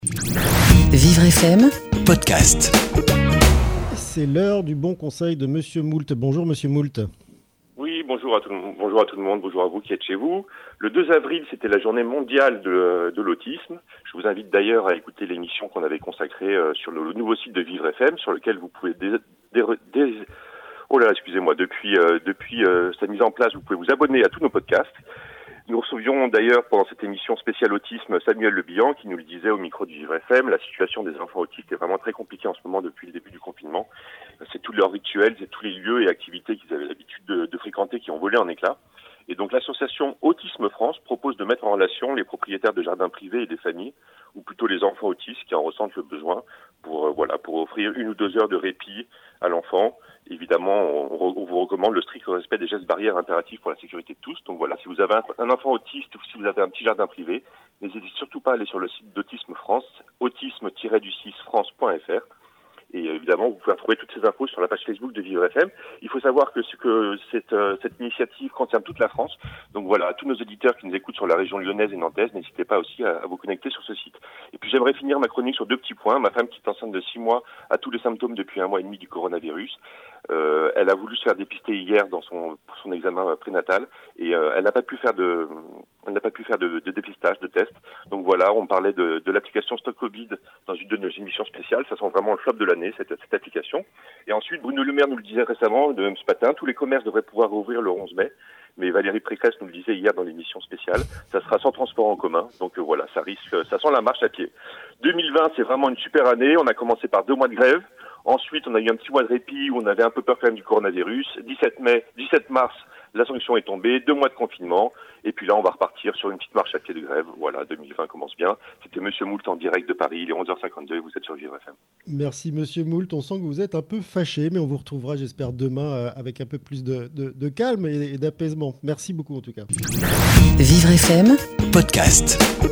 Vivre FM Podcast. C'est l'heure du bon conseil de Monsieur Moult. Bonjour Monsieur Moult. Oui, bonjour à tout le monde, bonjour à vous qui êtes chez vous. Le 2 avril, c'était la journée mondiale de l'autisme. Je vous invite d'ailleurs à écouter l'émission qu'on avait consacrée sur le nouveau site de Vivre FM, sur lequel vous pouvez depuis sa mise en place, vous pouvez vous abonner à tous nos podcasts. Nous recevions d'ailleurs pendant cette émission spéciale autisme Samuel Le Bihan qui nous le disait au micro du Vivre FM. La situation des enfants autistes est vraiment très compliquée en ce moment depuis le début du confinement. C'est tous leurs rituels, c'est tous les lieux et activités qu'ils avaient l'habitude de fréquenter qui ont volé en éclats. Et donc l'association Autisme France propose de mettre en relation les propriétaires de jardins privés et des familles, ou plutôt les enfants autistes qui en ressentent le besoin, pour offrir 1 ou 2 heures de répit à l'enfant. Évidemment, on vous recommande le strict respect des gestes barrières impératifs pour la sécurité de tous. Donc voilà, si vous avez un enfant autiste ou si vous avez un petit jardin privé, n'hésitez surtout pas à aller sur le site d'Autisme France, autisme-du6france.fr. Et évidemment, vous pouvez retrouver toutes ces infos sur la page Facebook de Vivre FM. Il faut savoir que cette initiative concerne toute la France. Donc voilà, à tous nos éditeurs qui nous écoutent sur la région lyonnaise et nantaise, n'hésitez pas aussi à vous connecter sur ce site. Et puis j'aimerais finir ma chronique sur 2 petits points. Ma femme qui est enceinte de 6 mois a tous les symptômes depuis 1 mois et demi du coronavirus. Elle a voulu se faire dépister hier pour son examen prénatal et elle n'a pas pu faire de dépistage, de test. Donc voilà, on parlait de l'application Stop Covid dans une de nos émissions spéciales. Ça sent vraiment le flop de l'année, cette application. Et ensuite, Bruno Le Maire nous le disait récemment, ce matin, tous les commerces devraient pouvoir rouvrir le 11 mai. Mais Valérie Pécresse nous le disait hier dans l'émission spéciale, ça sera sans transport en commun. Donc voilà, ça sent la marche à pied. 2020, c'est vraiment une super année. On a commencé par 2 mois de grève. Ensuite, on a eu un petit mois de répit où on avait un peu peur quand même du coronavirus. 17 mars, la sanction est tombée, 2 mois de confinement. Et puis là, on va repartir sur une petite marche à pied de grève. Voilà, 2020 commence bien. C'était Monsieur Moult en direct de Paris, il est 11h52 et vous êtes sur Vivre FM. Merci Monsieur Moult. On sent que vous êtes un peu fâché, mais on vous retrouvera, j'espère, demain avec un peu plus de calme et d'apaisement. Merci beaucoup en tout cas. Vivre FM Podcast.